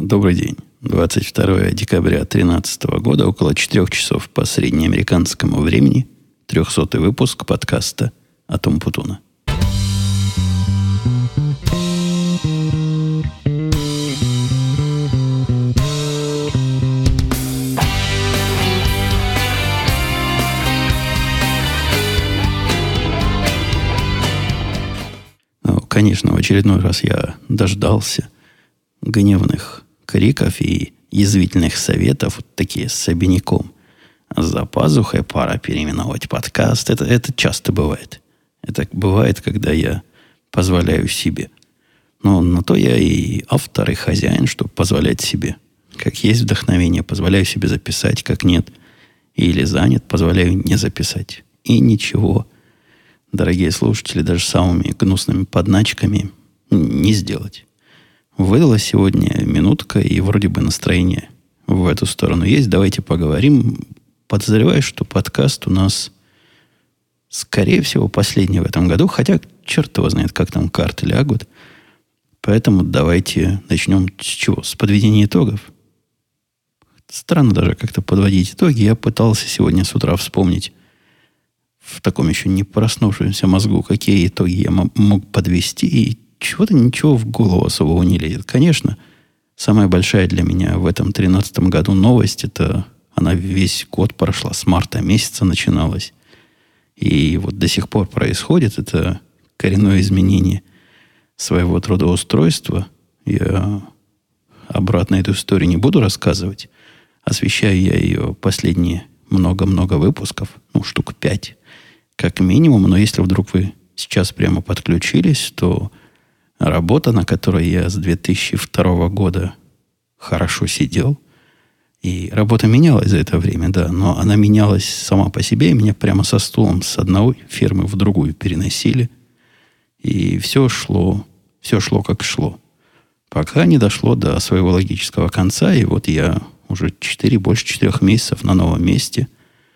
Добрый день. 22 декабря 2013 года, около 4 часов по среднеамериканскому времени, 300-й выпуск подкаста «Атом Путуна». Конечно, в очередной раз я дождался гневных криков и язвительных советов, вот такие с обиняком. За пазухой пора переименовать подкаст. Это часто бывает. Это бывает, когда я позволяю себе. Но на то я и автор, и хозяин, чтобы позволять себе. Как есть вдохновение, позволяю себе записать, как нет. Или занят, позволяю не записать. И ничего, дорогие слушатели, даже самыми гнусными подначками не сделать. Выдалась сегодня минутка, и вроде бы настроение в эту сторону есть. Давайте поговорим. Подозреваю, что подкаст у нас, скорее всего, последний в этом году. Хотя, черт его знает, как там карты лягут. Поэтому давайте начнем с чего? С подведения итогов. Странно даже как-то подводить итоги. Я пытался сегодня с утра вспомнить в таком еще не проснувшемся мозгу, какие итоги я мог подвести, и чего-то ничего в голову особого не лезет. Конечно, самая большая для меня в этом 2013 году новость, это она весь год прошла, с марта месяца начиналась. И вот до сих пор происходит это коренное изменение своего трудоустройства. Я обратно эту историю не буду рассказывать. Освещаю я ее последние много-много выпусков, штук 5 как минимум. Но если вдруг вы сейчас прямо подключились, то работа, на которой я с 2002 года хорошо сидел, и работа менялась за это время, да, но она менялась сама по себе, и меня прямо со стулом с одной фирмы в другую переносили, и все шло как шло, пока не дошло до своего логического конца, и вот я уже больше 4 месяцев на новом месте.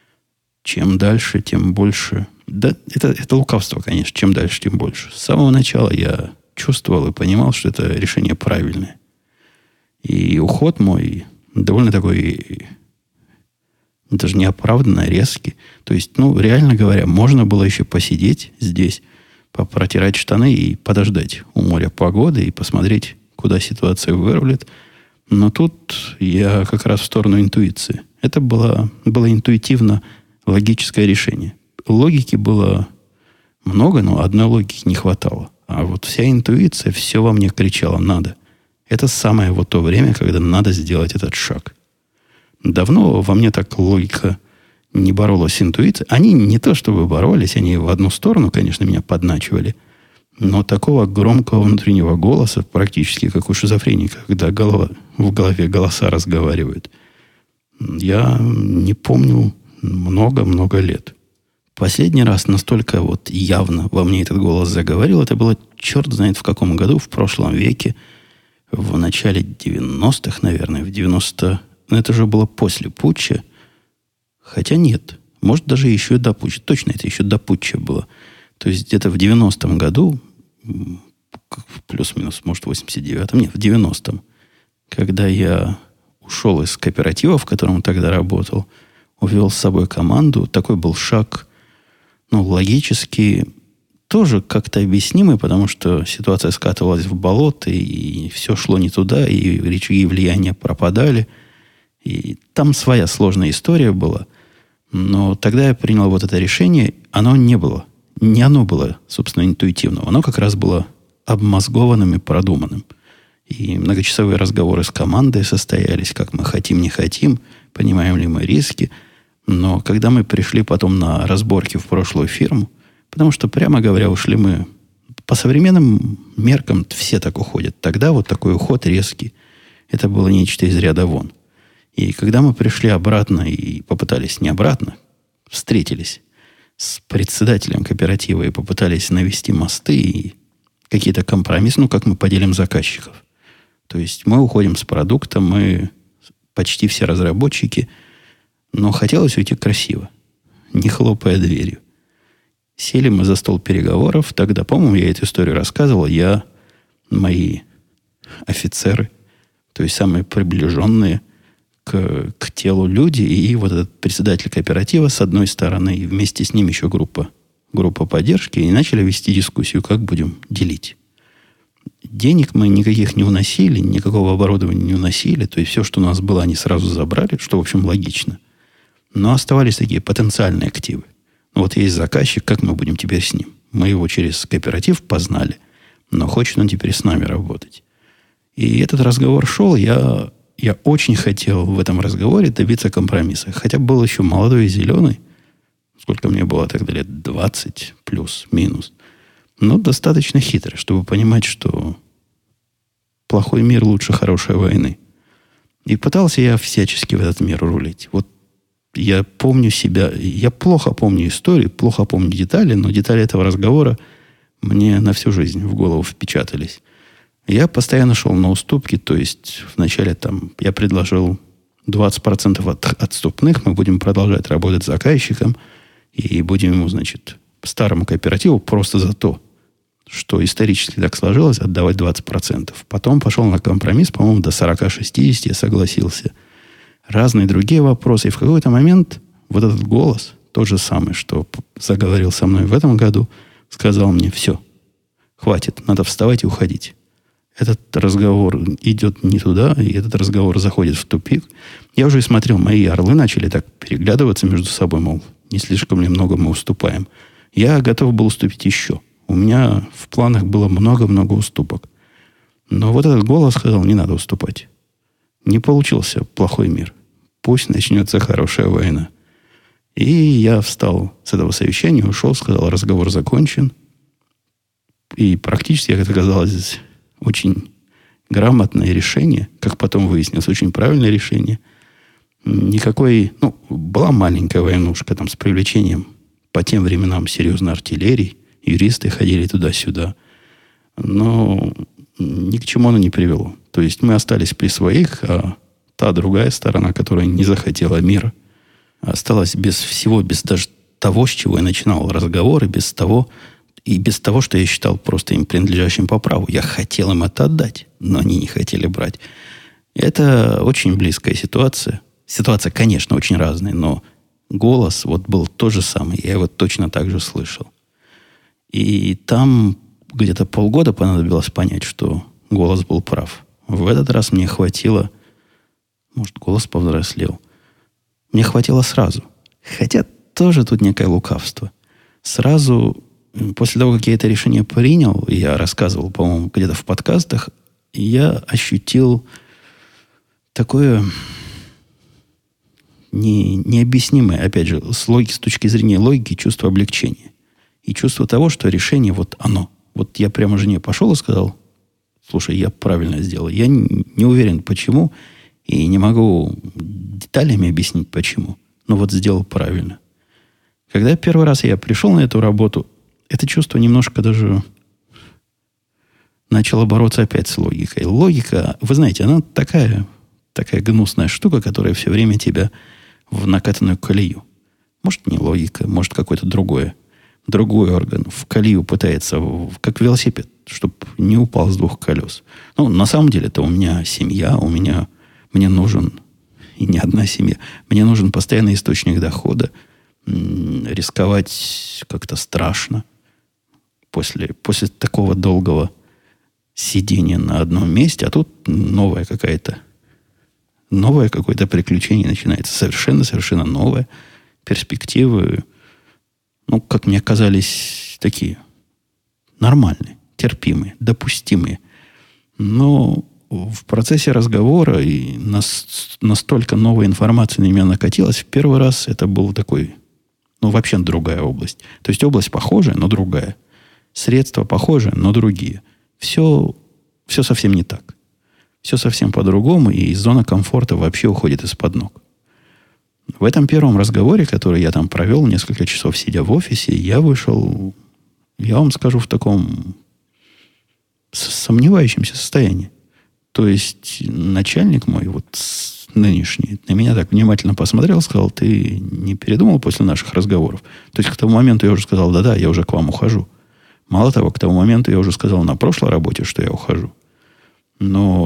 Чем дальше, тем больше. Да, это лукавство, конечно. Чем дальше, тем больше. С самого начала я чувствовал и понимал, что это решение правильное. И уход мой довольно такой даже неоправданно резкий. То есть, реально говоря, можно было еще посидеть здесь, попротирать штаны и подождать у моря погоды и посмотреть, куда ситуация вырулит. Но тут я как раз в сторону интуиции. Это было интуитивно логическое решение. Логики было много, но одной логики не хватало. А вот вся интуиция, все во мне кричало «надо». Это самое вот то время, когда надо сделать этот шаг. Давно во мне так логика не боролась с интуицией. Они не то чтобы боролись, они в одну сторону, конечно, меня подначивали. Но такого громкого внутреннего голоса, практически как у шизофреника, когда в голове голоса разговаривают, я не помню много-много лет. Последний раз настолько вот явно во мне этот голос заговорил, это было черт знает в каком году, в прошлом веке, в начале 90-х, наверное, в 90... это же было после путча. Хотя нет, может, даже еще и до путча. Точно, это еще до путча было. То есть, где-то в 90-м году, плюс-минус, может, в 89-м, нет, в 90-м, когда я ушел из кооператива, в котором тогда работал, увел с собой команду, такой был шаг, логически тоже как-то объяснимый, потому что ситуация скатывалась в болото, и все шло не туда, и рычаги влияния пропадали. И там своя сложная история была. Но тогда я принял вот это решение, не оно было, собственно, интуитивным, оно как раз было обмозгованным и продуманным. И многочасовые разговоры с командой состоялись, как мы хотим, не хотим, понимаем ли мы риски. Но когда мы пришли потом на разборки в прошлую фирму, потому что, прямо говоря, ушли мы по современным меркам, все так уходят. Тогда вот такой уход резкий, это было нечто из ряда вон. И когда мы пришли обратно и попытались, не обратно, встретились с председателем кооператива и попытались навести мосты и какие-то компромиссы, как мы поделим заказчиков. То есть мы уходим с продукта, мы почти все разработчики, но хотелось уйти красиво, не хлопая дверью. Сели мы за стол переговоров. Тогда, по-моему, я эту историю рассказывал. Мои офицеры, То есть самые приближенные к телу люди. И вот этот председатель кооператива с одной стороны, и вместе с ним еще группа поддержки. И начали вести дискуссию, как будем делить. Денег мы никаких не уносили, никакого оборудования не уносили. То есть все, что у нас было, они сразу забрали, что, в общем, логично. Но оставались такие потенциальные активы. Ну, вот есть заказчик, как мы будем теперь с ним? Мы его через кооператив познали, но хочет он теперь с нами работать. И этот разговор шел, я очень хотел в этом разговоре добиться компромисса. Хотя был еще молодой и зеленый. Сколько мне было тогда лет? 20 плюс-минус. Но достаточно хитрый, чтобы понимать, что плохой мир лучше хорошей войны. И пытался я всячески в этот мир рулить. Вот я помню себя, я плохо помню историю, плохо помню детали, но детали этого разговора мне на всю жизнь в голову впечатались. Я постоянно шел на уступки, то есть вначале там я предложил 20% отступных, мы будем продолжать работать с заказчиком и будем ему, значит, старому кооперативу просто за то, что исторически так сложилось, отдавать 20%. Потом пошел на компромисс, по-моему, до 40-60 я согласился. Разные другие вопросы. И в какой-то момент вот этот голос, тот же самый, что заговорил со мной в этом году, сказал мне: все, хватит, надо вставать и уходить. Этот разговор идет не туда, и этот разговор заходит в тупик. Я уже и смотрел, мои орлы начали так переглядываться между собой, мол, не слишком ли много мы уступаем. Я готов был уступить еще. У меня в планах было много-много уступок. Но вот этот голос сказал: не надо уступать. Не получился плохой мир. Пусть начнется хорошая война. И я встал с этого совещания, ушел, сказал: разговор закончен. И практически, как это казалось, очень грамотное решение, как потом выяснилось, очень правильное решение. Никакой, была маленькая войнушка там с привлечением по тем временам серьезной артиллерии. Юристы ходили туда-сюда. Но ни к чему оно не привело. То есть мы остались при своих, а та другая сторона, которая не захотела мира, осталась без всего, без даже того, с чего я начинал разговор, и без того, что я считал просто им принадлежащим по праву. Я хотел им это отдать, но они не хотели брать. Это очень близкая ситуация. Ситуация, конечно, очень разная, но голос вот был тот же самый. Я его точно так же слышал. И там где-то полгода понадобилось понять, что голос был прав. В этот раз мне хватило... Может, голос повзрослел. Мне хватило сразу. Хотя тоже тут некое лукавство. Сразу, после того, как я это решение принял, я рассказывал, по-моему, где-то в подкастах, я ощутил такое необъяснимое, опять же, с точки зрения логики, чувство облегчения. И чувство того, что решение вот оно. Вот я прямо жене пошел и сказал: слушай, я правильно сделал. Я не уверен, почему, и не могу деталями объяснить, почему. Но вот сделал правильно. Когда первый раз я пришел на эту работу, это чувство немножко даже начало бороться опять с логикой. Логика, вы знаете, она такая гнусная штука, которая все время тебя в накатанную колею. Может, не логика, может, какой-то другой орган в колею пытается, как велосипед, чтобы не упал с двух колес. На самом деле, это у меня семья, мне нужен, и не одна семья, мне нужен постоянный источник дохода. Рисковать как-то страшно. После такого долгого сидения на одном месте, а тут новое какое-то приключение начинается. Совершенно новое. Перспективы, как мне казались, такие нормальные, терпимые, допустимые. Но в процессе разговора и настолько новой информации на меня накатилось, в первый раз это был такой, вообще другая область. То есть область похожая, но другая. Средства похожие, но другие. Все совсем не так. Все совсем по-другому, и зона комфорта вообще уходит из-под ног. В этом первом разговоре, который я там провел, несколько часов сидя в офисе, я вышел, я вам скажу, в таком сомневающемся состоянии. То есть начальник мой, нынешний, на меня так внимательно посмотрел, сказал: ты не передумал после наших разговоров? То есть к тому моменту я уже сказал: да, я уже к вам ухожу. Мало того, к тому моменту я уже сказал на прошлой работе, что я ухожу. Но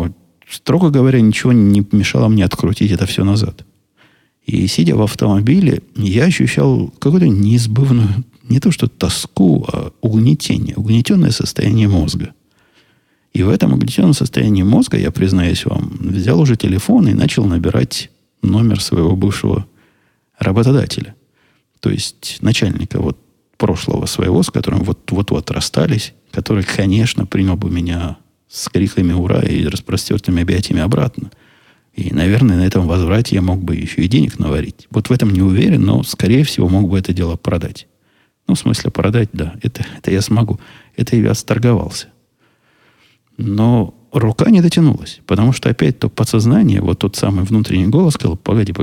строго говоря, ничего не мешало мне открутить это все назад. И сидя в автомобиле, я ощущал какую-то неизбывную, не то что тоску, а угнетение, угнетенное состояние мозга. И в этом угнетенном состоянии мозга, я признаюсь вам, взял уже телефон и начал набирать номер своего бывшего работодателя. То есть начальника вот прошлого своего, с которым вот-вот расстались, который, конечно, принял бы меня с криками «Ура!» и распростертыми объятиями обратно. И, наверное, на этом возврате я мог бы еще и денег наварить. Вот в этом не уверен, но, скорее всего, мог бы это дело продать. Ну, в смысле, продать, да, это я смогу. Это я сторговался. Но рука не дотянулась, потому что опять то подсознание, вот тот самый внутренний голос сказал: погоди,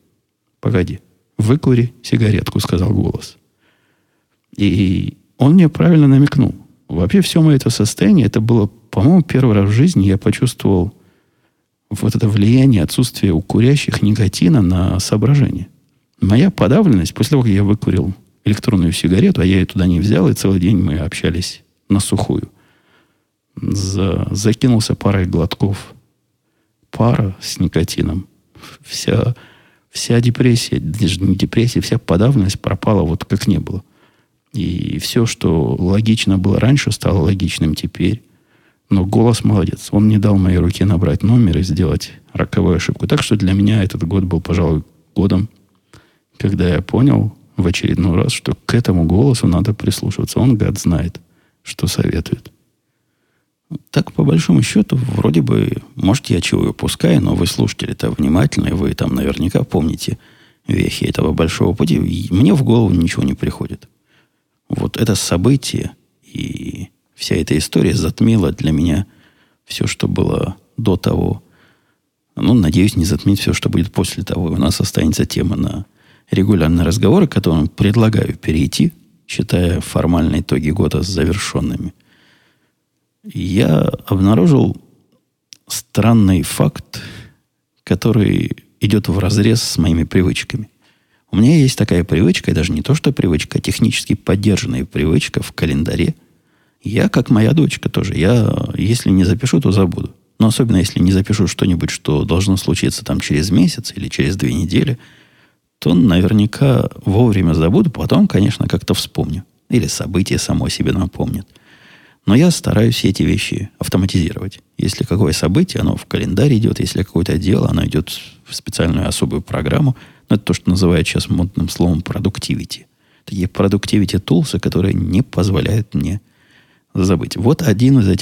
выкури сигаретку, сказал голос. И он мне правильно намекнул. Вообще все мое это состояние, это было, по-моему, первый раз в жизни я почувствовал вот это влияние, отсутствие у курящих никотина на соображение. Моя подавленность, после того, как я выкурил электронную сигарету, а я ее туда не взял, и целый день мы общались на сухую, закинулся парой глотков пара с никотином. Вся депрессия, даже не депрессия, вся подавленность пропала вот как не было. И все, что логично было раньше, стало логичным теперь. Но голос молодец. Он не дал моей руке набрать номер и сделать роковую ошибку. Так что для меня этот год был, пожалуй, годом, когда я понял в очередной раз, что к этому голосу надо прислушиваться. Он, гад, знает, что советует. Так, по большому счету, вроде бы, может, я чего и упускаю, но вы слушатели-то внимательные, вы там наверняка помните вехи этого большого пути. И мне в голову ничего не приходит. Вот это событие и вся эта история затмила для меня все, что было до того. Ну, надеюсь, не затмить все, что будет после того. У нас останется тема на регулярные разговоры, к которым предлагаю перейти, считая формальные итоги года завершенными. Я обнаружил странный факт, который идет вразрез с моими привычками. У меня есть такая привычка, и даже не то, что привычка, а технически поддержанная привычка в календаре. Я, как моя дочка тоже, я, если не запишу, то забуду. Но особенно, если не запишу что-нибудь, что должно случиться там через месяц или через 2 недели, то наверняка вовремя забуду, потом, конечно, как-то вспомню. Или событие само себе напомнит. Но я стараюсь все эти вещи автоматизировать. Если какое событие, оно в календарь идет. Если какое-то дело, оно идет в специальную особую программу. Но это то, что называют сейчас модным словом productivity. Такие productivity tools, которые не позволяют мне забыть. Вот одно из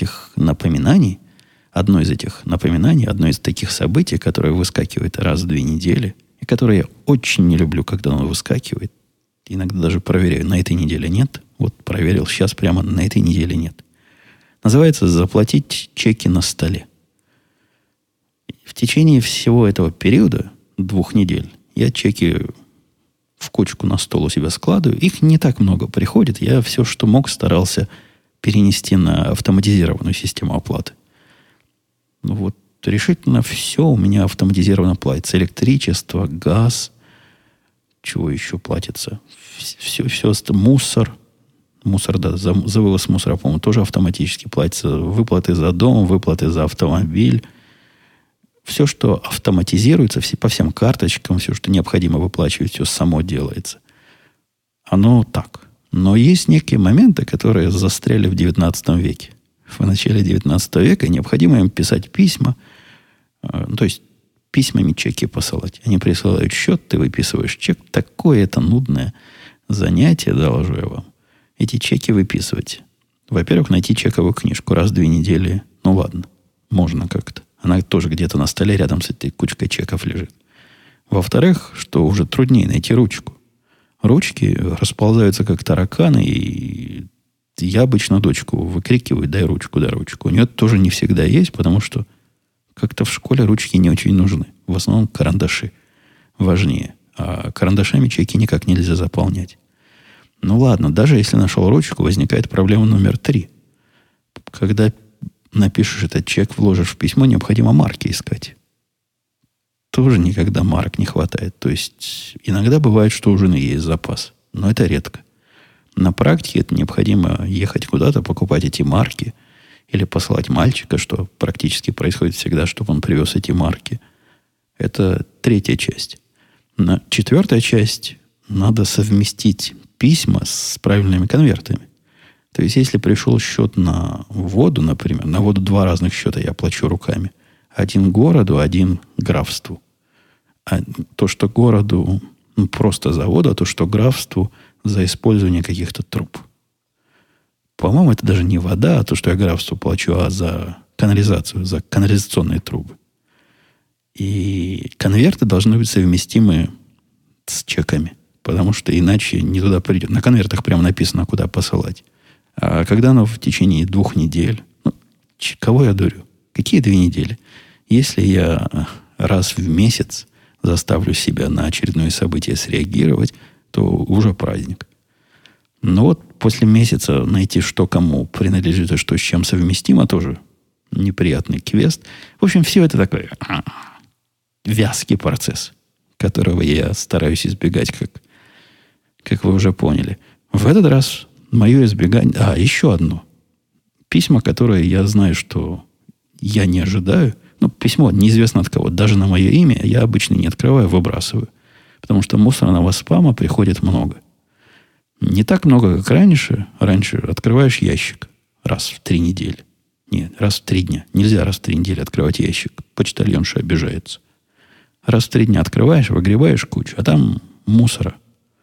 таких событий, которое выскакивает раз в 2 недели, и которое я очень не люблю, когда оно выскакивает. Иногда даже проверяю, на этой неделе нет. Вот проверил, сейчас прямо на этой неделе нет. Называется «Заплатить чеки на столе». В течение всего этого периода, 2 недель, я чеки в кучку на стол у себя складываю. Их не так много приходит. Я все, что мог, старался перенести на автоматизированную систему оплаты. Ну вот решительно все у меня автоматизированно платится. Электричество, газ, чего еще платится? Все мусор. Мусор, да, за вывоз мусора, по-моему, тоже автоматически платится. Выплаты за дом, выплаты за автомобиль. Все, что автоматизируется, по всем карточкам, все, что необходимо выплачивать, все само делается. Оно так. Но есть некие моменты, которые застряли в 19 веке. В начале 19 века необходимо им писать письма, то есть письмами чеки посылать. Они присылают счет, ты выписываешь чек. Такое это нудное занятие, доложу я вам. Эти чеки выписывать. Во-первых, найти чековую книжку раз в 2 недели. Ну ладно, можно как-то. Она тоже где-то на столе рядом с этой кучкой чеков лежит. Во-вторых, что уже труднее найти ручку. Ручки расползаются как тараканы, и я обычно дочку выкрикиваю: дай ручку, дай ручку. У нее тоже не всегда есть, потому что как-то в школе ручки не очень нужны. В основном карандаши важнее. А карандашами чеки никак нельзя заполнять. Ну ладно, даже если нашел ручку, возникает проблема номер 3. Когда напишешь этот чек, вложишь в письмо, необходимо марки искать. Тоже никогда марок не хватает. То есть иногда бывает, что у жены есть запас. Но это редко. На практике это необходимо ехать куда-то, покупать эти марки. или посылать мальчика, что практически происходит всегда, чтобы он привез эти марки. Это третья часть. Четвертая часть – надо совместить письма с правильными конвертами. То есть, если пришел счет на воду, например, на воду два разных счета я плачу руками. Один городу, один графству. А то, что городу просто за воду, а то, что графству за использование каких-то труб. По-моему, это даже не вода, а то, что я графству плачу, а за канализацию, за канализационные трубы. И конверты должны быть совместимы с чеками, потому что иначе не туда придет. На конвертах прямо написано, куда посылать. А когда оно в течение 2 недель, кого я дурю? Какие 2 недели? Если я раз в месяц заставлю себя на очередное событие среагировать, то уже праздник. Но вот после месяца найти, что кому принадлежит и что с чем совместимо, тоже неприятный квест. В общем, все это такой вязкий процесс, которого я стараюсь избегать, как вы уже поняли. В этот раз мое избегание... еще одно. Письма, которые я знаю, что я не ожидаю. Письмо неизвестно от кого. Даже на мое имя я обычно не открываю, выбрасываю. Потому что мусорного спама приходит много. Не так много, как раньше. Раньше открываешь ящик раз в 3 недели. Нет, раз в 3 дня. Нельзя раз в 3 недели открывать ящик. Почтальонша обижается. Раз в 3 дня открываешь, выгребаешь кучу, а там мусора.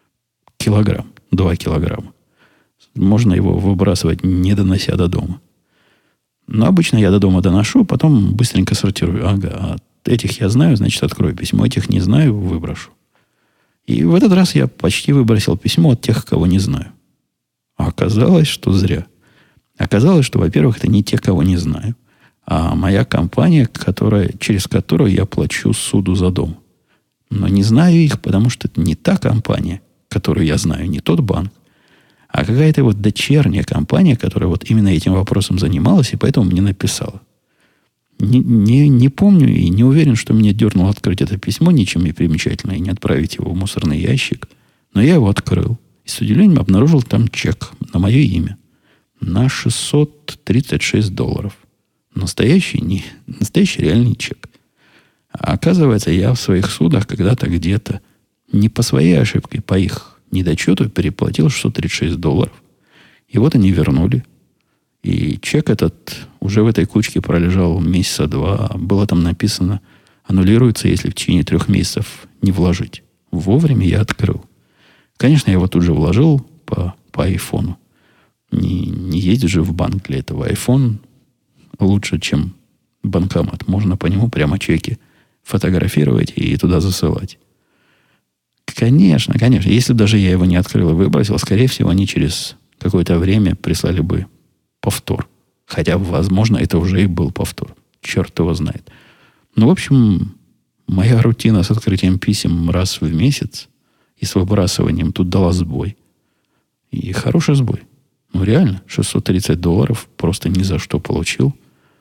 2 килограмма. Можно его выбрасывать, не донося до дома. Но обычно я до дома доношу, потом быстренько сортирую. Ага, этих я знаю, значит, открою письмо. Этих не знаю, выброшу. И в этот раз я почти выбросил письмо от тех, кого не знаю. А оказалось, что зря. Оказалось, что, во-первых, это не те, кого не знаю, а моя компания, через которую я плачу суду за дом. Но не знаю их, потому что это не та компания, которую я знаю, не тот банк, а какая-то вот дочерняя компания, которая вот именно этим вопросом занималась, и поэтому мне написала. Не помню и не уверен, что меня дернуло открыть это письмо, ничем не примечательное, и не отправить его в мусорный ящик. Но я его открыл. И с удивлением обнаружил там чек на мое имя. На $636. Настоящий реальный чек. А оказывается, я в своих судах когда-то где-то не по своей ошибке, по их недочету переплатил $636. И вот они вернули. И чек этот уже в этой кучке пролежал месяца 2. Было там написано, аннулируется, если в течение 3 месяцев не вложить. Вовремя я открыл. Конечно, я его тут же вложил по айфону. Не ездить же в банк для этого. Айфон лучше, чем банкомат. Можно по нему прямо чеки фотографировать и туда засылать. Конечно. Если даже я его не открыл и выбросил, скорее всего, они через какое-то время прислали бы повтор. Хотя, возможно, это уже и был повтор. Черт его знает. В общем, моя рутина с открытием писем раз в месяц и с выбрасыванием тут дала сбой. И хороший сбой. Реально, $630 просто ни за что получил.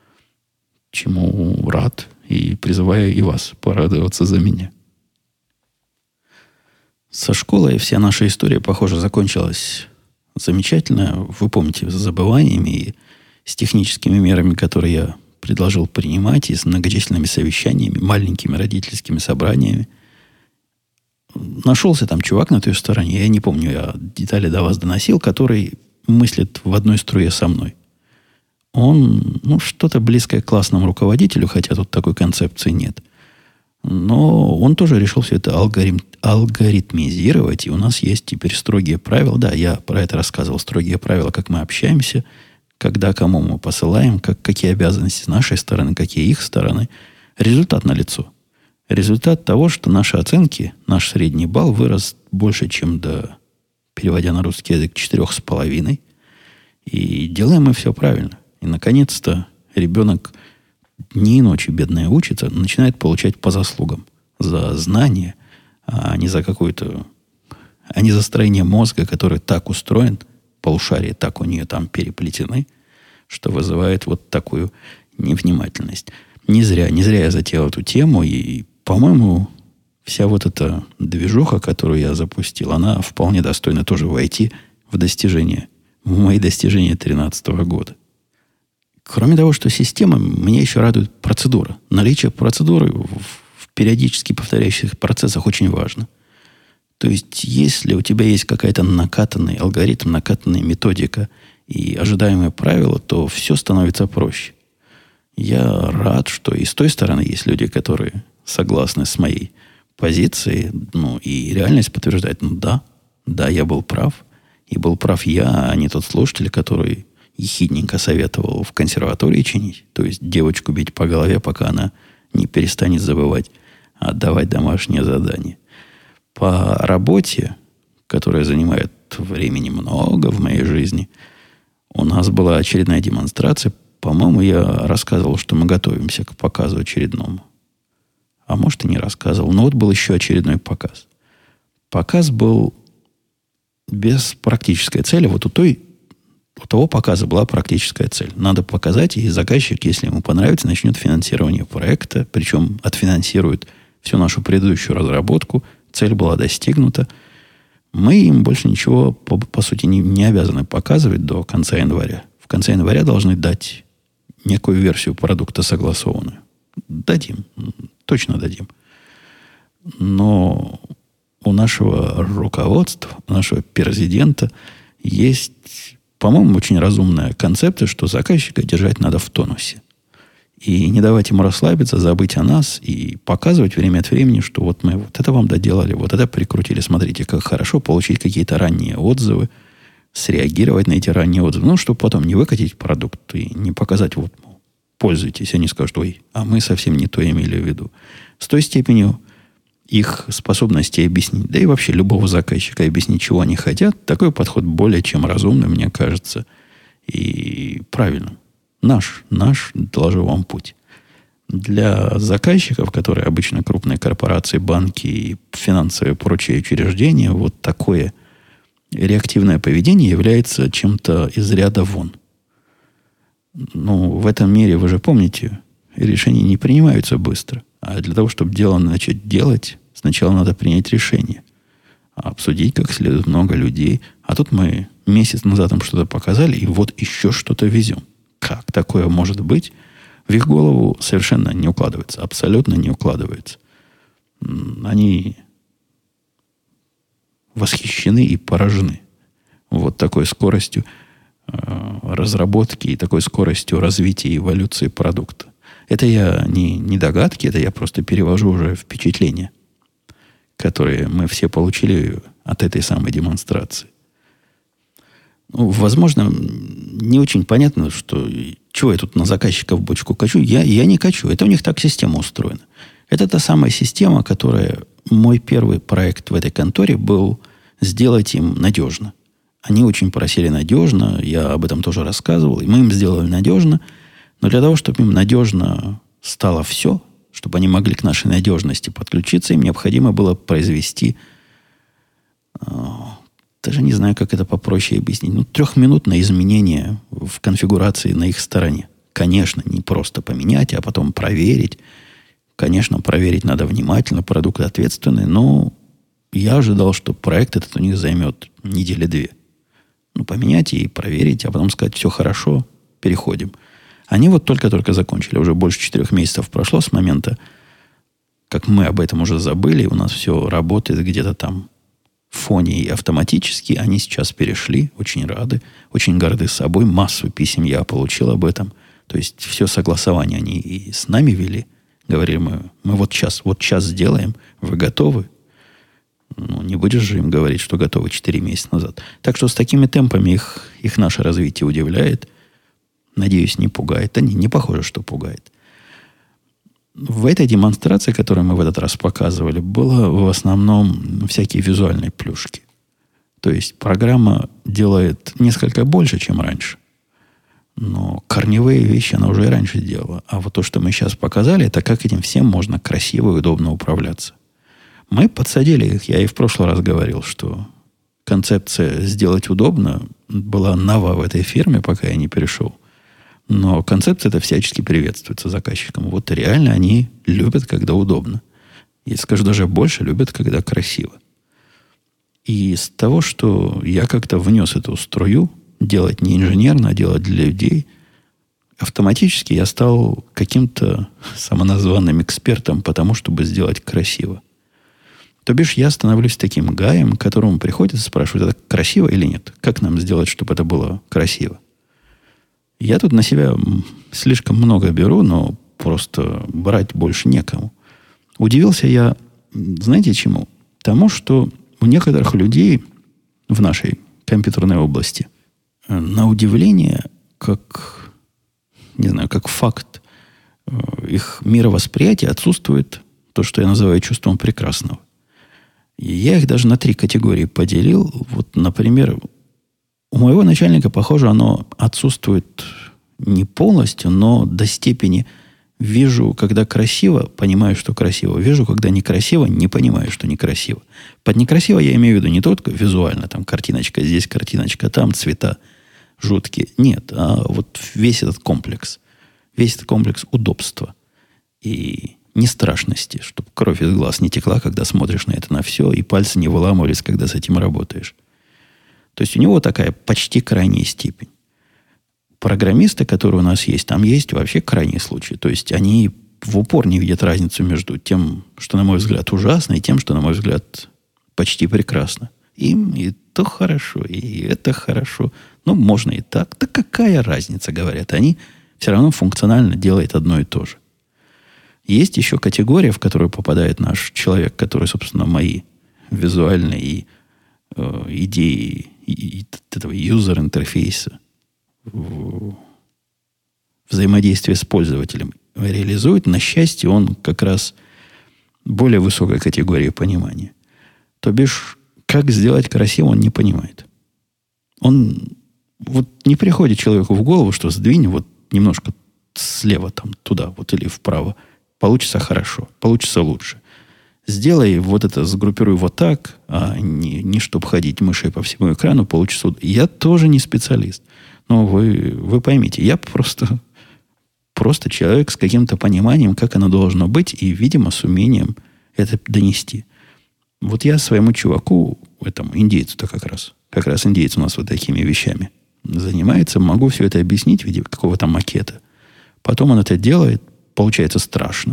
Чему рад. И призываю и вас порадоваться за меня. Со школой вся наша история, похоже, закончилась замечательно. Вы помните, с забываниями и с техническими мерами, которые я предложил принимать, и с многочисленными совещаниями, маленькими родительскими собраниями. Нашелся там чувак на той стороне, я не помню, я детали до вас доносил, который мыслит в одной струе со мной. Он, что-то близкое к классному руководителю, хотя тут такой концепции нет. Но он тоже решил все это алгоритмизировать, и у нас есть теперь строгие правила. Да, я про это рассказывал. Строгие правила, как мы общаемся, когда кому мы посылаем, какие обязанности с нашей стороны, какие их стороны. Результат налицо. Результат того, что наши оценки, наш средний балл вырос больше, чем до, переводя на русский язык, 4,5. И делаем мы все правильно. И, наконец-то, ребенок дни и ночи, бедная, учится, начинает получать по заслугам. За знания, а не за какую-то... А не за строение мозга, который так устроен, полушария так у нее там переплетены, что вызывает вот такую невнимательность. Не зря я затеял эту тему, и, по-моему, вся вот эта движуха, которую я запустил, она вполне достойна тоже войти в мои достижения 2013 года. Кроме того, что система, меня еще радует процедура. Наличие процедуры в периодически повторяющихся процессах очень важно. То есть, если у тебя есть какая-то накатанный алгоритм, накатанная методика и ожидаемые правила, то все становится проще. Я рад, что и с той стороны есть люди, которые согласны с моей позицией, ну, и реальность подтверждает, ну да, я был прав. И был прав я, а не тот слушатель, который ехидненько советовал в консерватории чинить. То есть девочку бить по голове, пока она не перестанет забывать отдавать домашнее задание. По работе, которая занимает времени много в моей жизни, у нас была очередная демонстрация. По-моему, я рассказывал, что мы готовимся к показу очередному. А может, и не рассказывал. Но вот был еще очередной показ. Показ был без практической цели. Вот у того показа была практическая цель. Надо показать, и заказчик, если ему понравится, начнет финансирование проекта, причем отфинансирует всю нашу предыдущую разработку. Цель была достигнута. Мы им больше ничего, по сути, не обязаны показывать до конца января. В конце января должны дать некую версию продукта согласованную. Дадим. Точно дадим. Но у нашего руководства, у нашего президента есть, по-моему, очень разумная концепция, что заказчика держать надо в тонусе. И не давать ему расслабиться, забыть о нас и показывать время от времени, что вот мы вот это вам доделали, вот это прикрутили. Смотрите, как хорошо получить какие-то ранние отзывы, среагировать на эти ранние отзывы. Ну, чтобы потом не выкатить продукт и не показать, вот, мол, пользуйтесь. Они скажут, ой, а мы совсем не то имели в виду. С той степенью их способности объяснить, да и вообще любого заказчика объяснить, чего они хотят, такой подход более чем разумный, мне кажется, и правильным. Наш, доложу вам путь. Для заказчиков, которые обычно крупные корпорации, банки и финансовые и прочие учреждения, вот такое реактивное поведение является чем-то из ряда вон. Ну, в этом мире, вы же помните, решения не принимаются быстро. А для того, чтобы дело начать делать, сначала надо принять решение. Обсудить как следует много людей. А тут мы месяц назад им что-то показали, и вот еще что-то везем. Как такое может быть? В их голову совершенно не укладывается. Абсолютно не укладывается. Они восхищены и поражены вот такой скоростью разработки и такой скоростью развития и эволюции продукта. Это я не догадки, это я просто перевожу уже впечатления, которые мы все получили от этой самой демонстрации. Ну, возможно, не очень понятно, что чего я тут на заказчиков бочку качу. Я не качу. Это у них так система устроена. Это та самая система, которая... Мой первый проект в этой конторе был сделать им надежно. Они очень просили надежно. Я об этом тоже рассказывал. И мы им сделали надежно. Но для того, чтобы им надежно стало все, чтобы они могли к нашей надежности подключиться, им необходимо было произвести... Даже не знаю, как это попроще объяснить. Ну, 3-минутное изменение в конфигурации на их стороне. Конечно, не просто поменять, а потом проверить. Конечно, проверить надо внимательно, продукт ответственный, но я ожидал, что проект этот у них займет 1-2 недели. Ну, поменять и проверить, а потом сказать, все хорошо, переходим. Они вот только-только закончили. Уже больше 4 месяцев прошло с момента, как мы об этом уже забыли, у нас все работает где-то там в фоне и автоматически. Они сейчас перешли, очень рады, очень горды собой. Массу писем я получил об этом. То есть все согласование они и с нами вели. Говорили, мы вот час сделаем, вы готовы? Ну, не будешь же им говорить, что готовы 4 месяца назад. Так что с такими темпами их наше развитие удивляет. Надеюсь, не пугает. Да не похоже, что пугает. В этой демонстрации, которую мы в этот раз показывали, было в основном всякие визуальные плюшки. То есть программа делает несколько больше, чем раньше. Но корневые вещи она уже и раньше делала. А вот то, что мы сейчас показали, это как этим всем можно красиво и удобно управляться. Мы подсадили их. Я и в прошлый раз говорил, что концепция «сделать удобно» была нова в этой фирме, пока я не перешел. Но концепция эта всячески приветствуется заказчикам. Вот реально они любят, когда удобно. Я скажу даже больше, любят, когда красиво. И из того, что я как-то внес эту струю, делать не инженерно, а делать для людей, автоматически я стал каким-то самоназванным экспертом по тому, чтобы сделать красиво. То бишь я становлюсь таким гаем, которому приходится спрашивать, это красиво или нет? Как нам сделать, чтобы это было красиво? Я тут на себя слишком много беру, но просто брать больше некому. Удивился я, знаете чему? Тому, что у некоторых людей в нашей компьютерной области на удивление, как, не знаю, как факт их мировосприятия отсутствует то, что я называю чувством прекрасного. И я их даже на 3 категории поделил. Вот, например, у моего начальника, похоже, оно отсутствует не полностью, но до степени вижу, когда красиво, понимаю, что красиво. Вижу, когда некрасиво, не понимаю, что некрасиво. Под некрасиво я имею в виду не только визуально, там картиночка здесь, картиночка там, цвета жуткие. Нет, а вот весь этот комплекс удобства и нестрашности, чтобы кровь из глаз не текла, когда смотришь на это на все, и пальцы не выламывались, когда с этим работаешь. То есть у него такая почти крайняя степень. Программисты, которые у нас есть, там есть вообще крайние случаи. То есть они в упор не видят разницу между тем, что, на мой взгляд, ужасно, и тем, что, на мой взгляд, почти прекрасно. Им и то хорошо, и это хорошо. Ну, можно и так. Да какая разница, говорят они. Все равно функционально делает одно и то же. Есть еще категория, в которую попадает наш человек, который, собственно, мои визуальные идеи и этого юзер-интерфейса взаимодействие с пользователем реализует. На счастье, он как раз более высокой категории понимания. То бишь, как сделать красиво, он не понимает. Он вот не приходит человеку в голову, что сдвинь вот немножко слева там туда, вот или вправо. Получится хорошо, получится лучше. Сделай вот это, сгруппируй вот так, а не чтобы ходить мышей по всему экрану, получится. Я тоже не специалист. Но вы поймите, я просто человек с каким-то пониманием, как оно должно быть, и, видимо, с умением это донести. Вот я своему чуваку, этому индейцу-то как раз индейец у нас вот такими вещами занимается, могу все это объяснить в виде какого-то макета. Потом он это делает, получается страшно.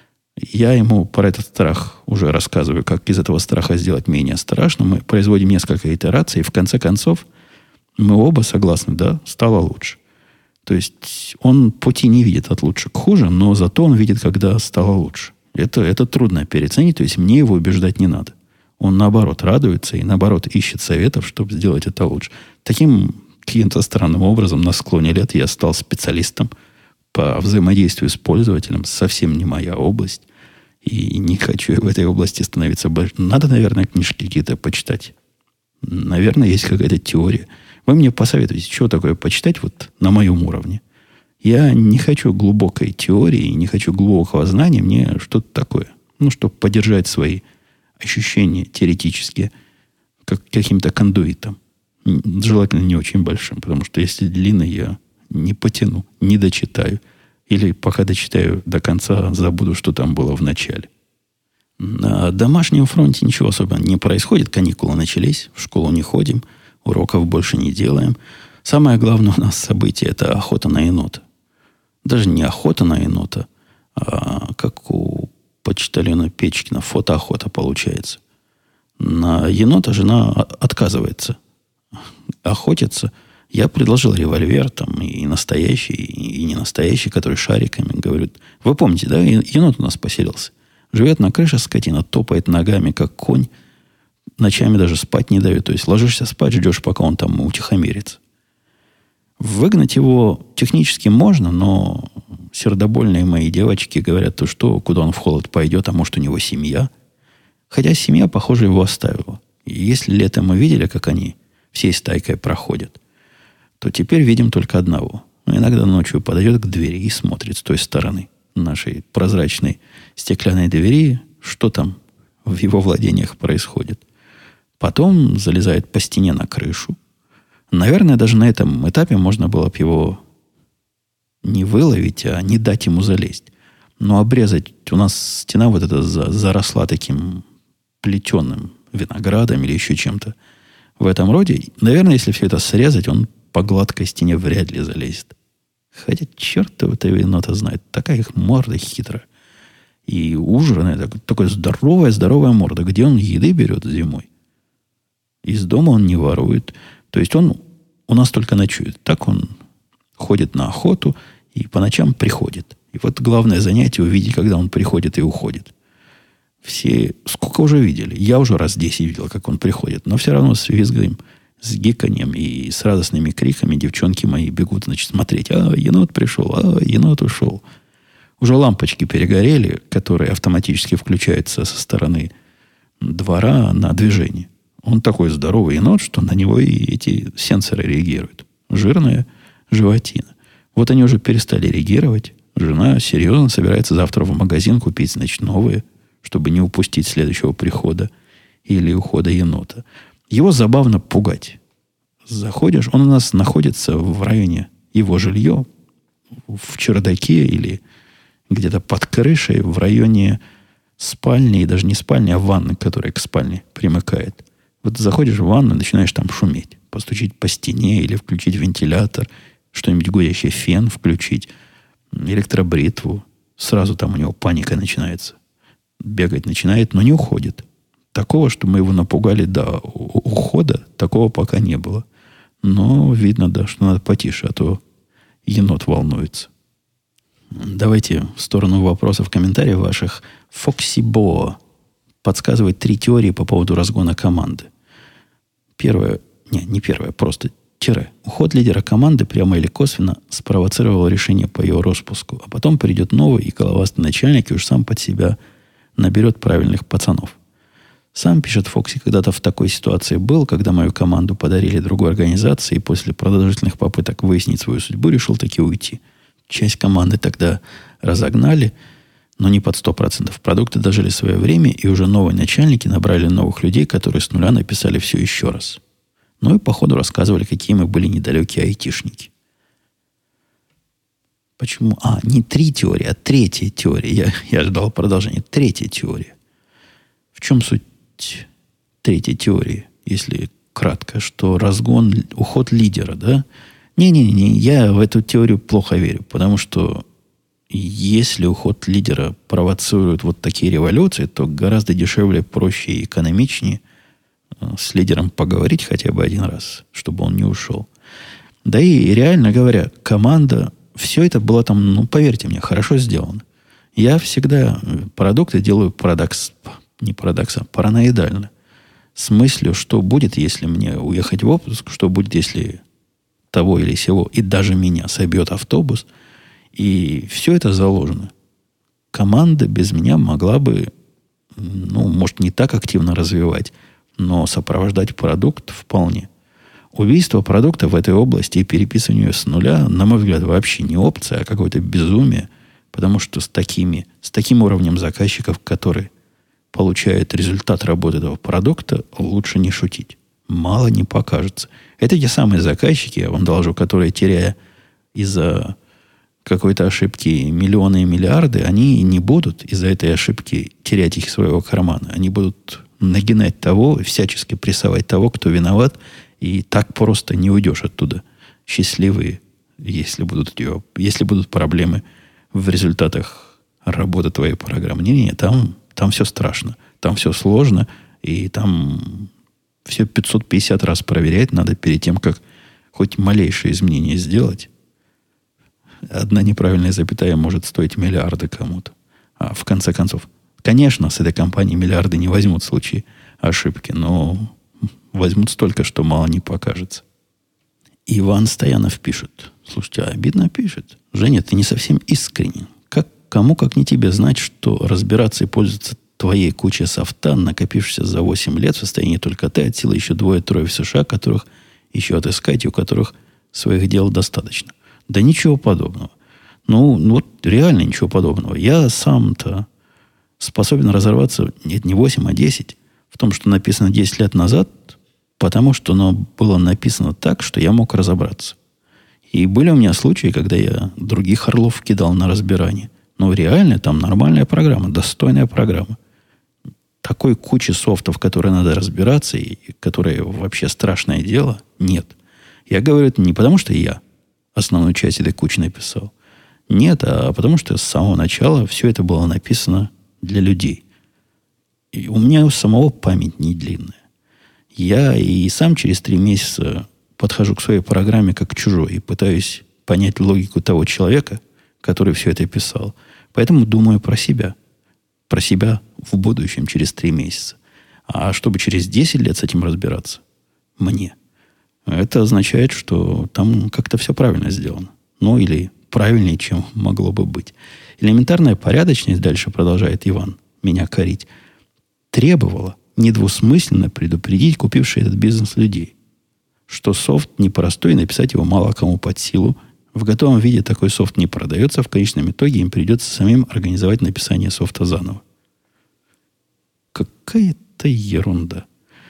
Я ему про этот страх уже рассказываю, как из этого страха сделать менее страшно. Мы производим несколько итераций, и в конце концов мы оба согласны, да, стало лучше. То есть он пути не видит от лучше к хуже, но зато он видит, когда стало лучше. Это трудно переоценить, то есть мне его убеждать не надо. Он, наоборот, радуется и, наоборот, ищет советов, чтобы сделать это лучше. Таким каким-то странным образом на склоне лет я стал специалистом по взаимодействию с пользователем. Совсем не моя область. И не хочу я в этой области становиться больше. Надо, наверное, книжки какие-то почитать. Наверное, есть какая-то теория. Вы мне посоветуете, что такое почитать вот на моем уровне. Я не хочу глубокой теории, не хочу глубокого знания. Мне что-то такое. Ну, чтобы поддержать свои ощущения теоретические каким-то кондуитом. Желательно не очень большим, потому что если длинный, я не потяну, не дочитаю. Или пока дочитаю до конца, забуду, что там было в начале. На домашнем фронте ничего особо не происходит. Каникулы начались, в школу не ходим, уроков больше не делаем. Самое главное у нас событие – это охота на енота. Даже не охота на енота, а как у почтальона Печкина, фотоохота получается. На енота жена отказывается охотиться. Я предложил револьвер, там, и настоящий, и не настоящий, который шариками. Говорю, вы помните, да, енот у нас поселился. Живет на крыше скотина, топает ногами, как конь. Ночами даже спать не дает. То есть ложишься спать, ждешь, пока он там утихомирится. Выгнать его технически можно, но сердобольные мои девочки говорят, то что, куда он в холод пойдет, а может, у него семья. Хотя семья, похоже, его оставила. И если летом мы видели, как они всей стайкой проходят, то теперь видим только одного. Иногда ночью подойдет к двери и смотрит с той стороны нашей прозрачной стеклянной двери, что там в его владениях происходит. Потом залезает по стене на крышу. Наверное, даже на этом этапе можно было бы его не выловить, а не дать ему залезть. Но обрезать... У нас стена вот эта заросла таким плетеным виноградом или еще чем-то в этом роде. Наверное, если все это срезать, он по гладкой стене вряд ли залезет. Хотя черт этого енота знает. Такая их морда хитрая. И ужранная, такая здоровая морда. Где он еды берет зимой? Из дома он не ворует. То есть он у нас только ночует. Так он ходит на охоту и по ночам приходит. И вот главное занятие увидеть, когда он приходит и уходит. Все, сколько уже видели? Я уже раз 10 видел, как он приходит. Но все равно с визгом, с гиканьем и с радостными криками девчонки мои бегут, значит, смотреть. Енот пришел, енот ушел. Уже лампочки перегорели, которые автоматически включаются со стороны двора на движение. Он такой здоровый енот, что на него и эти сенсоры реагируют. Жирная животина. Вот они уже перестали реагировать. Жена серьезно собирается завтра в магазин купить, значит, новые, чтобы не упустить следующего прихода или ухода енота. Его забавно пугать. Заходишь, он у нас находится в районе, его жилье, в чердаке или где-то под крышей, в районе спальни, и даже не спальни, а ванны, которая к спальне примыкает. Вот заходишь в ванну, начинаешь там шуметь, постучить по стене или включить вентилятор, что-нибудь гудящий фен включить, электробритву. Сразу там у него паника начинается. Бегать начинает, но не уходит. Такого, что мы его напугали до ухода, такого пока не было. Но видно, да, что надо потише, а то енот волнуется. Давайте в сторону вопросов, комментариев ваших. Фоксибо подсказывает 3 теории по поводу разгона команды. Первая, не первая, просто тире. Уход лидера команды прямо или косвенно спровоцировал решение по ее распуску, а потом придет новый и головастый начальник и уж сам под себя наберет правильных пацанов. Сам, пишет Фокси, когда-то в такой ситуации был, когда мою команду подарили другой организации, и после продолжительных попыток выяснить свою судьбу решил таки уйти. Часть команды тогда разогнали, но не под 100%. Продукты дожили свое время, и уже новые начальники набрали новых людей, которые с нуля написали все еще раз. Ну и по ходу рассказывали, какие мы были недалекие айтишники. Почему? Не 3 теории, а 3 теория. Я ждал продолжения. 3 теория. В чем суть 3 теории, если кратко, что разгон, уход лидера, да? Не-не-не, я в эту теорию плохо верю, потому что если уход лидера провоцирует вот такие революции, то гораздо дешевле, проще и экономичнее с лидером поговорить хотя бы один раз, чтобы он не ушел. Да и реально говоря, команда, все это было там, поверьте мне, хорошо сделано. Я всегда продукты делаю параноидально. С мыслью, что будет, если мне уехать в отпуск, что будет, если того или сего, и даже меня собьет автобус. И все это заложено. Команда без меня могла бы, может, не так активно развивать, но сопровождать продукт вполне. Убийство продукта в этой области и переписывание с нуля, на мой взгляд, вообще не опция, а какое-то безумие, потому что с таким уровнем заказчиков, которые получают результат работы этого продукта, лучше не шутить. Мало не покажется. Это те самые заказчики, я вам доложу, которые, теряя из-за какой-то ошибки миллионы и миллиарды, они не будут из-за этой ошибки терять их из своего кармана. Они будут нагинать того, всячески прессовать того, кто виноват, и так просто не уйдешь оттуда счастливые, если будут проблемы в результатах работы твоей программы. Не, там все страшно, там все сложно, и там все 550 раз проверять надо перед тем, как хоть малейшее изменение сделать. Одна неправильная запятая может стоить миллиарды кому-то. А в конце концов, конечно, с этой компании миллиарды не возьмут в случае ошибки, но возьмут столько, что мало не покажется. Иван Стоянов пишет. Слушайте, обидно пишет. Женя, ты не совсем искренен. Кому, как не тебе, знать, что разбираться и пользоваться твоей кучей софта, накопившейся за 8 лет, в состоянии только ты, от силы еще 2-3 в США, которых еще отыскать, и у которых своих дел достаточно. Да ничего подобного. Вот реально ничего подобного. Я сам-то способен разорваться, нет, не 8, а 10, в том, что написано 10 лет назад, потому что оно было написано так, что я мог разобраться. И были у меня случаи, когда я других орлов кидал на разбирание. Но реально там нормальная программа, достойная программа. Такой кучи софтов, в которой надо разбираться, и которые вообще страшное дело, нет. Я говорю это не потому, что я основную часть этой кучи написал. Нет, а потому что с самого начала все это было написано для людей. И у меня у самого память не длинная. Я и сам через 3 месяца подхожу к своей программе как к чужой и пытаюсь понять логику того человека, который все это писал. Поэтому думаю про себя. Про себя в будущем через 3 месяца. А чтобы через 10 лет с этим разбираться, мне. Это означает, что там как-то все правильно сделано. Ну, или правильнее, чем могло бы быть. Элементарная порядочность, дальше продолжает Иван меня корить, требовала недвусмысленно предупредить купившие этот бизнес людей, что софт непростой, написать его мало кому под силу. В готовом виде такой софт не продается, в конечном итоге им придется самим организовать написание софта заново. Какая-то ерунда.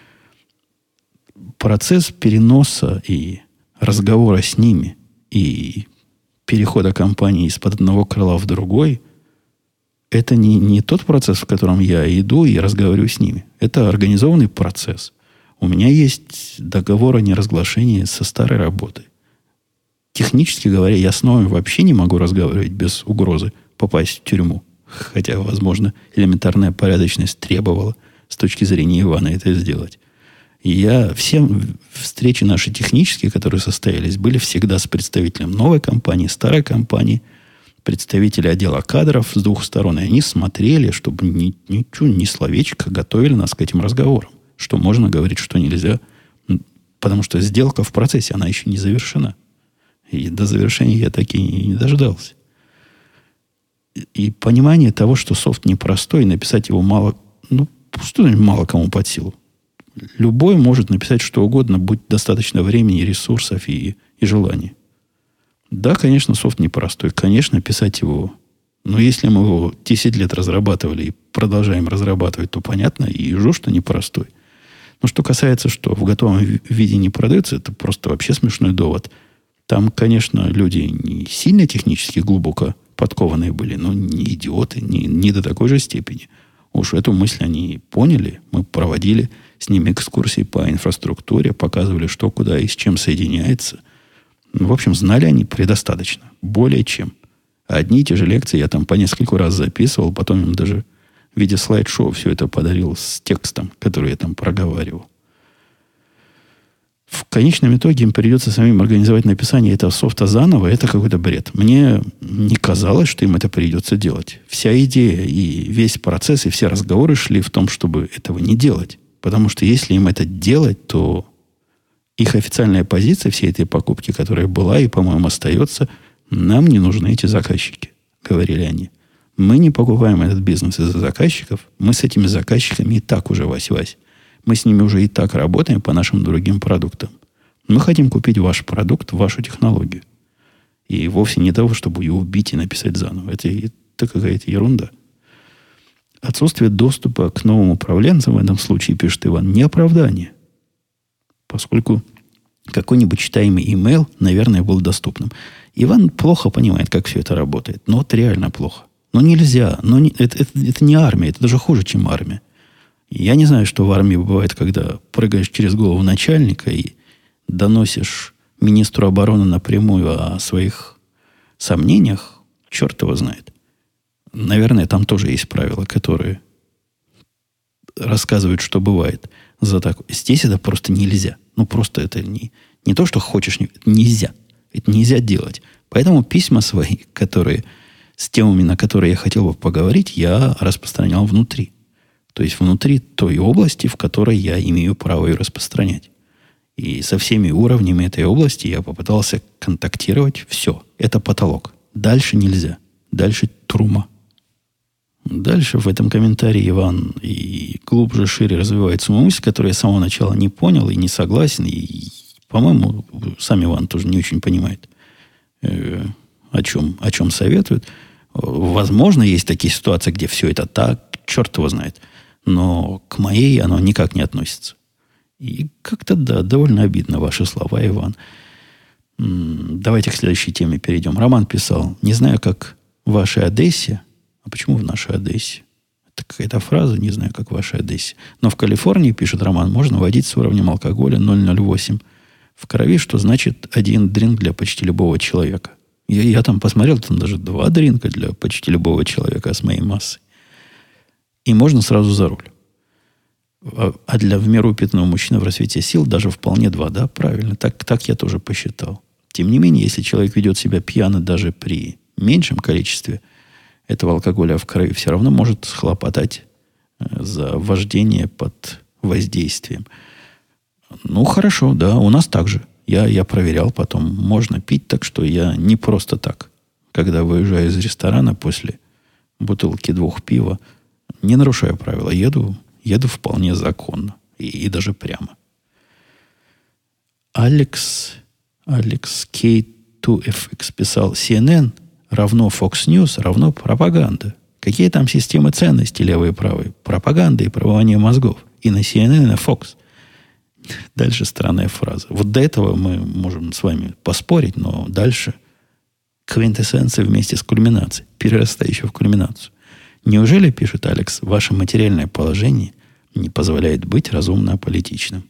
Процесс переноса и разговора с ними и перехода компании из-под одного крыла в другой – это не тот процесс, в котором я иду и разговариваю с ними. Это организованный процесс. У меня есть договор о неразглашении со старой работой. Технически говоря, я с новым вообще не могу разговаривать без угрозы попасть в тюрьму. Хотя, возможно, элементарная порядочность требовала с точки зрения Ивана это сделать. И все встречи наши технические, которые состоялись, были всегда с представителем новой компании, старой компании, представители отдела кадров с 2 сторон. И они смотрели, чтобы ничего, ни словечко, готовили нас к этим разговорам. Что можно говорить, что нельзя. Потому что сделка в процессе, она еще не завершена. И до завершения я так и не дождался. И понимание того, что софт непростой, написать его мало кому под силу. Любой может написать что угодно, будь достаточно времени, ресурсов и желания. Да, конечно, софт непростой. Конечно, писать его... Но если мы его 10 лет разрабатывали и продолжаем разрабатывать, то понятно, и ежу, что непростой. Но что касается, что в готовом виде не продается, это просто вообще смешной довод. Там, конечно, люди не сильно технически глубоко подкованные были, но не идиоты, не до такой же степени. Уж эту мысль они поняли. Мы проводили с ними экскурсии по инфраструктуре, показывали, что, куда и с чем соединяется. В общем, знали они предостаточно. Более чем. Одни и те же лекции я там по нескольку раз записывал, потом им даже в виде слайд-шоу все это подарил с текстом, который я там проговаривал. В конечном итоге им придется самим организовать написание этого софта заново. Это какой-то бред. Мне не казалось, что им это придется делать. Вся идея и весь процесс, и все разговоры шли в том, чтобы этого не делать. Потому что если им это делать, то их официальная позиция всей этой покупки, которая была и, по-моему, остается, нам не нужны эти заказчики, говорили они. Мы не покупаем этот бизнес из-за заказчиков. Мы с этими заказчиками и так уже вась-вась. Мы с ними уже и так работаем по нашим другим продуктам. Мы хотим купить ваш продукт, вашу технологию. И вовсе не того, чтобы ее убить и написать заново. Это какая-то ерунда. Отсутствие доступа к новым управленцам в этом случае, пишет Иван, не оправдание. Поскольку какой-нибудь читаемый имейл, наверное, был доступным. Иван плохо понимает, как все это работает. Но вот реально плохо. Но нельзя. Это не армия. Это даже хуже, чем армия. Я не знаю, что в армии бывает, когда прыгаешь через голову начальника и доносишь министру обороны напрямую о своих сомнениях. Черт его знает. Наверное, там тоже есть правила, которые рассказывают, что бывает за такое. Здесь это просто нельзя. Ну, просто это не то, что хочешь. Нельзя. Это нельзя делать. Поэтому письма свои, которые с темами, на которые я хотел бы поговорить, я распространял внутри. То есть внутри той области, в которой я имею право ее распространять. И со всеми уровнями этой области я попытался контактировать. Все. Это потолок. Дальше нельзя. Дальше трума. Дальше в этом комментарии Иван и глубже, шире развивает свою мысль, которую я с самого начала не понял и не согласен. И, по-моему, сам Иван тоже не очень понимает, о чем советует. Возможно, есть такие ситуации, где все это так, черт его знает. Но к моей оно никак не относится. И как-то, да, довольно обидно ваши слова, Иван. Давайте к следующей теме перейдем. Роман писал, не знаю, как в вашей Одессе. А почему в нашей Одессе? Это какая-то фраза, не знаю, как в вашей Одессе. Но в Калифорнии, пишет Роман, можно водить с уровнем алкоголя 0,08 в крови, что значит один дринк для почти любого человека. Я там посмотрел, там даже 2 дринка для почти любого человека с моей массой. И можно сразу за руль. А для в меру упитанного мужчины в рассвете сил даже вполне 2, да, правильно. Так я тоже посчитал. Тем не менее, если человек ведет себя пьяно даже при меньшем количестве этого алкоголя в крови, все равно может схлопотать за вождение под воздействием. Ну, хорошо, да, у нас так же. Я проверял потом. Можно пить, так что я не просто так. Когда выезжаю из ресторана после бутылки 2 пива, не нарушаю правила, еду вполне законно. И даже прямо. Алекс K2FX писал: CNN равно Fox News равно пропаганда. Какие там системы ценностей левые и правые? Пропаганда и промывание мозгов. И на CNN, и на Fox. Дальше странная фраза. Вот до этого мы можем с вами поспорить, но дальше квинтэссенция вместе с кульминацией, перерастающая в кульминацию. Неужели, пишет Алекс, ваше материальное положение не позволяет быть разумно аполитичным?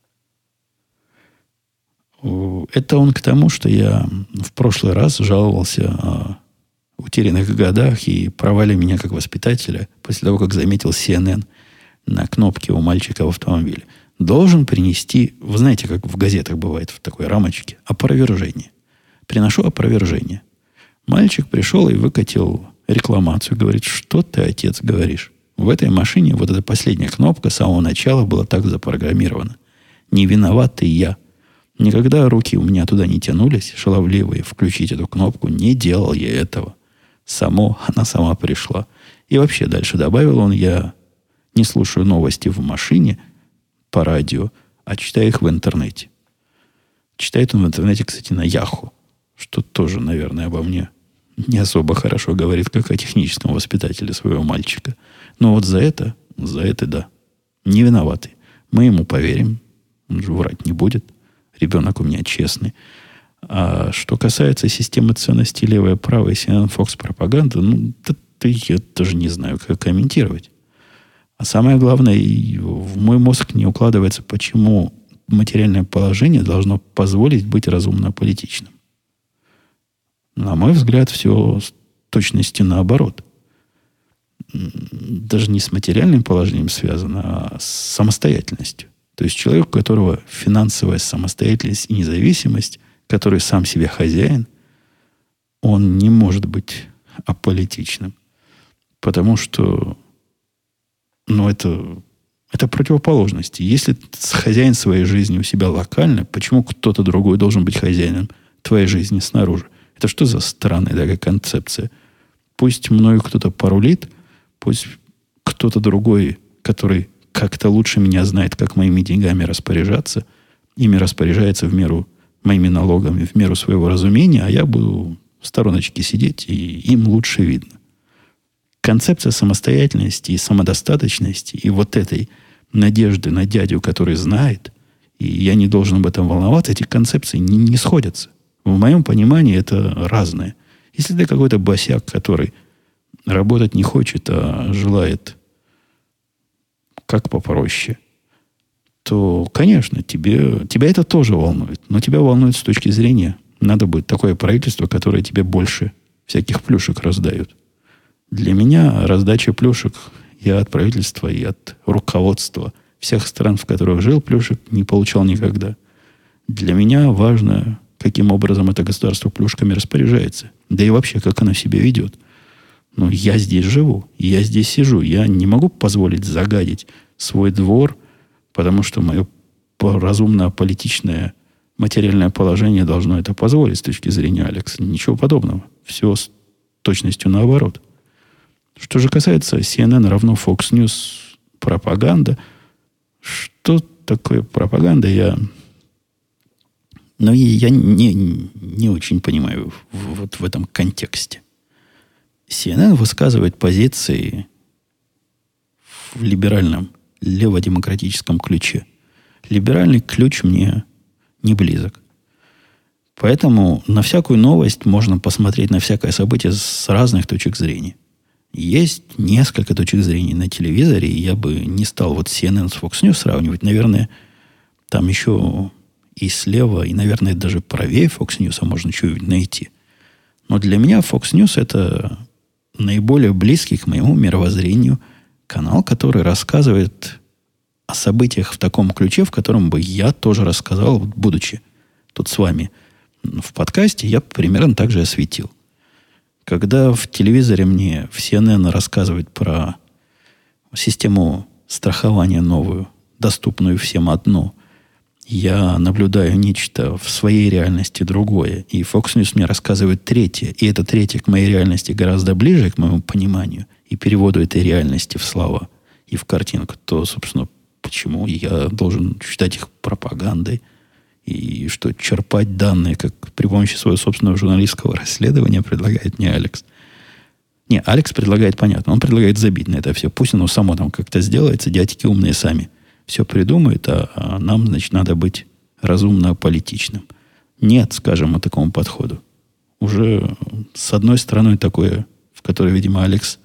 Это он к тому, что я в прошлый раз жаловался о утерянных годах и провале меня как воспитателя после того, как заметил CNN на кнопке у мальчика в автомобиле. Должен принести, вы знаете, как в газетах бывает в такой рамочке, опровержение. Приношу опровержение. Мальчик пришел и выкатил рекламацию. Говорит, что ты, отец, говоришь? В этой машине вот эта последняя кнопка с самого начала была так запрограммирована. Не виноват и я. Никогда руки у меня туда не тянулись, шаловливые, включить эту кнопку. Не делал я этого. Она сама пришла. И вообще дальше добавил он, я не слушаю новости в машине по радио, а читаю их в интернете. Читает он в интернете, кстати, на Яху, что тоже, наверное, обо мне не особо хорошо говорит, как о техническом воспитателе своего мальчика. Но вот за это, да, не виноваты. Мы ему поверим, он же врать не будет. Ребенок у меня честный. А что касается системы ценностей левая, правая, CNN, Fox, пропаганда, я даже не знаю, как комментировать. А самое главное, в мой мозг не укладывается, почему материальное положение должно позволить быть разумно аполитичным. На мой взгляд, все с точностью наоборот. Даже не с материальным положением связано, а с самостоятельностью. То есть человек, у которого финансовая самостоятельность и независимость, который сам себе хозяин, он не может быть аполитичным. Потому что это противоположности. Если ты хозяин своей жизни у себя локально, почему кто-то другой должен быть хозяином твоей жизни снаружи? Это что за странная такая концепция? Пусть мною кто-то порулит, пусть кто-то другой, который как-то лучше меня знает, как моими деньгами распоряжаться, ими распоряжается в меру моими налогами, в меру своего разумения, а я буду в стороночке сидеть, и им лучше видно. Концепция самостоятельности и самодостаточности и вот этой надежды на дядю, который знает, и я не должен об этом волноваться, эти концепции не сходятся. В моем понимании это разное. Если ты какой-то босяк, который работать не хочет, а желает как попроще, то, конечно, тебя это тоже волнует. Но тебя волнует с точки зрения, надо будет такое правительство, которое тебе больше всяких плюшек раздает. Для меня раздача плюшек и от правительства, и от руководства всех стран, в которых жил, плюшек не получал никогда. Для меня важно, каким образом это государство плюшками распоряжается. Да и вообще, как оно себя ведет. Ну, я здесь живу, я здесь сижу. Я не могу позволить загадить свой двор, потому что мое разумно-политичное материальное положение должно это позволить с точки зрения Алекса. Ничего подобного. Все с точностью наоборот. Что же касается CNN равно Fox News пропаганда, что такое пропаганда, я не очень понимаю вот в этом контексте. CNN высказывает позиции в либеральном, леводемократическом ключе. Либеральный ключ мне не близок. Поэтому на всякую новость можно посмотреть на всякое событие с разных точек зрения. Есть несколько точек зрения на телевизоре, и я бы не стал вот CNN с Fox News сравнивать. Наверное, там еще и слева, и, наверное, даже правее Fox News можно что-нибудь найти. Но для меня Fox News – это наиболее близкий к моему мировоззрению канал, который рассказывает о событиях в таком ключе, в котором бы я тоже рассказал, будучи тут с вами в подкасте, я примерно так же осветил. Когда в телевизоре мне в CNN рассказывают про систему страхования новую, доступную всем одну, я наблюдаю нечто в своей реальности другое. И Fox News мне рассказывает третье. И это третье к моей реальности гораздо ближе, к моему пониманию и переводу этой реальности в слова и в картинку. То, собственно, почему я должен считать их пропагандой и что черпать данные, как при помощи своего собственного журналистского расследования, предлагает мне Алекс. Не, Алекс предлагает, понятно, он предлагает забить на это все. Пусть оно само там как-то сделается, дядьки умные сами все придумают, а нам, значит, надо быть разумно политичным. Нет, скажем, мы такому подходу. Уже с одной стороны такое, в которой, видимо, Алекс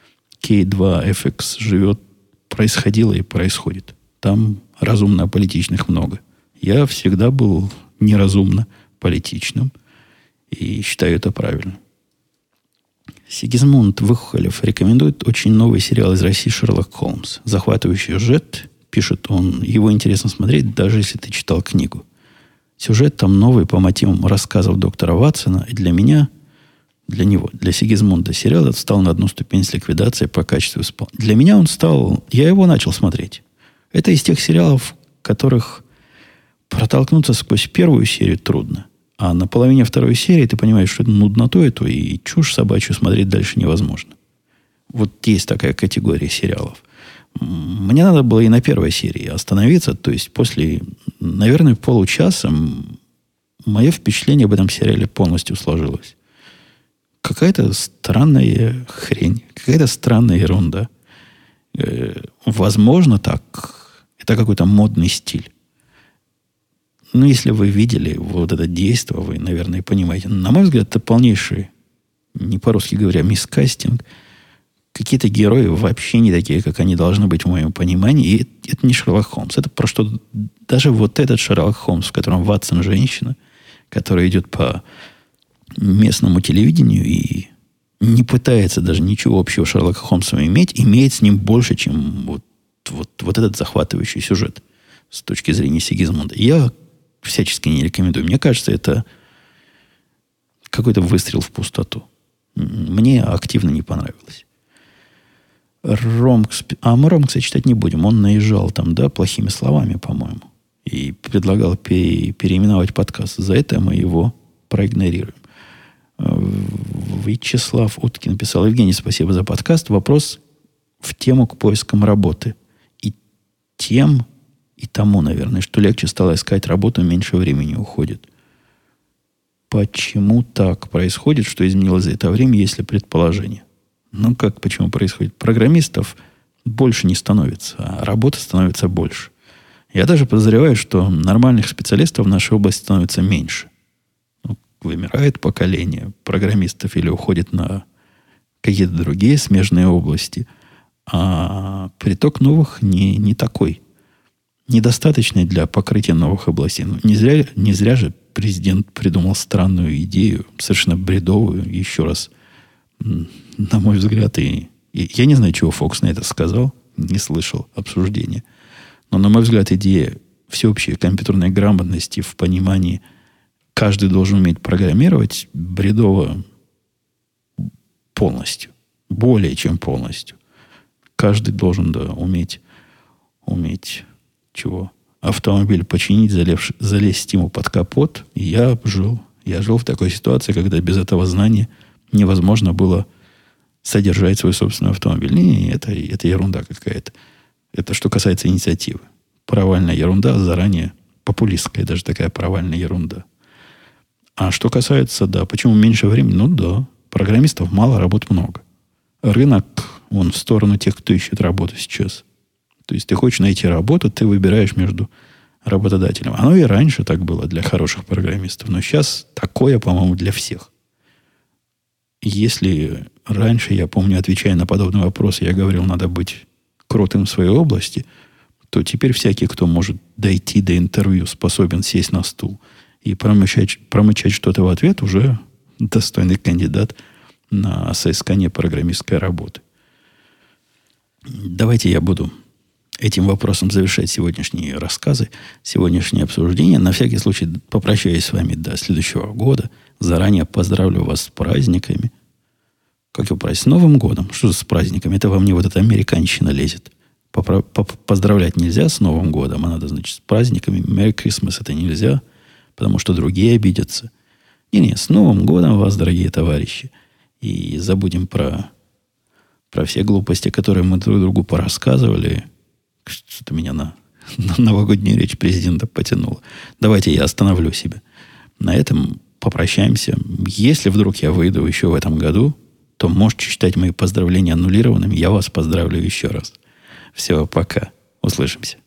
K2FX живет, происходило и происходит. Там разумно политичных много. Я всегда был неразумно политичным и считаю это правильно. Сигизмунд Выхолев рекомендует очень новый сериал из России «Шерлок Холмс». Захватывающий сюжет, пишет он, его интересно смотреть, даже если ты читал книгу. Сюжет там новый по мотивам рассказов доктора Ватсона. И для меня, для него, для Сигизмунда сериал этот стал на одну ступень с ликвидацией по качеству исполнения. Для меня он стал... Я его начал смотреть. Это из тех сериалов, которых протолкнуться сквозь первую серию трудно. А на половине второй серии ты понимаешь, что это нудноту эту и чушь собачью смотреть дальше невозможно. Вот есть такая категория сериалов. Мне надо было и на первой серии остановиться. То есть после, наверное, получаса мое впечатление об этом сериале полностью сложилось. Какая-то странная хрень. Какая-то странная ерунда. Возможно, так. Это какой-то модный стиль. Ну, если вы видели вот это действие, вы, наверное, понимаете. На мой взгляд, это полнейший, не по-русски говоря, мискастинг. Какие-то герои вообще не такие, как они должны быть в моем понимании. И это не Шерлок Холмс. Это про что... Даже вот этот Шерлок Холмс, в котором Ватсон женщина, которая идет по местному телевидению и не пытается даже ничего общего с Шерлоком Холмсом иметь, имеет с ним больше, чем вот этот захватывающий сюжет с точки зрения Сигизмунда. Я всячески не рекомендую. Мне кажется, это какой-то выстрел в пустоту. Мне активно не понравилось. Мы Ромкса читать не будем. Он наезжал там, да, плохими словами, по-моему. И предлагал переименовать подкаст. За это мы его проигнорируем. Вячеслав Уткин писал: Евгений, спасибо за подкаст. Вопрос в тему к поискам работы. И тем, и тому, наверное, что легче стало искать работу, меньше времени уходит. Почему так происходит? Что изменилось за это время, если предположение? Ну, как, почему происходит? Программистов больше не становится, а работы становится больше. Я даже подозреваю, что нормальных специалистов в нашей области становится меньше. Ну, вымирает поколение программистов или уходит на какие-то другие смежные области. А приток новых не такой. Недостаточный для покрытия новых областей. Ну, не зря же президент придумал странную идею, совершенно бредовую, еще раз. На мой взгляд, и я не знаю, чего Фокс на это сказал, не слышал обсуждения. Но, на мой взгляд, идея всеобщей компьютерной грамотности в понимании каждый должен уметь программировать бредово полностью. Более чем полностью. Каждый должен, да, уметь чего? Автомобиль починить, залезть ему под капот. И я жил в такой ситуации, когда без этого знания невозможно было содержать свой собственный автомобиль. Не, это ерунда какая-то. Это что касается инициативы. Провальная ерунда, заранее популистская даже такая провальная ерунда. А что касается, да, почему меньше времени? Ну да, программистов мало, работ много. Рынок, он в сторону тех, кто ищет работу сейчас. То есть ты хочешь найти работу, ты выбираешь между работодателем. Оно и раньше так было для хороших программистов, но сейчас такое, по-моему, для всех. Если раньше, я помню, отвечая на подобный вопрос, я говорил, надо быть крутым в своей области, то теперь всякий, кто может дойти до интервью, способен сесть на стул и промычать что-то в ответ, уже достойный кандидат на соискание программистской работы. Давайте я буду этим вопросом завершать сегодняшние рассказы, сегодняшнее обсуждение. На всякий случай попрощаюсь с вами до следующего года. Заранее поздравлю вас с праздниками. Как его праздник? С Новым годом. Что с праздниками? Это во мне вот эта американщина лезет. Поздравлять нельзя с Новым годом, а надо, значит, с праздниками. Merry Christmas это нельзя, потому что другие обидятся. Не, с Новым годом вас, дорогие товарищи. И забудем про все глупости, которые мы друг другу порассказывали. Что-то меня на новогоднюю речь президента потянуло. Давайте я остановлю себя. На этом попрощаемся. Если вдруг я выйду еще в этом году, то можете считать мои поздравления аннулированными. Я вас поздравлю еще раз. Все, пока. Услышимся.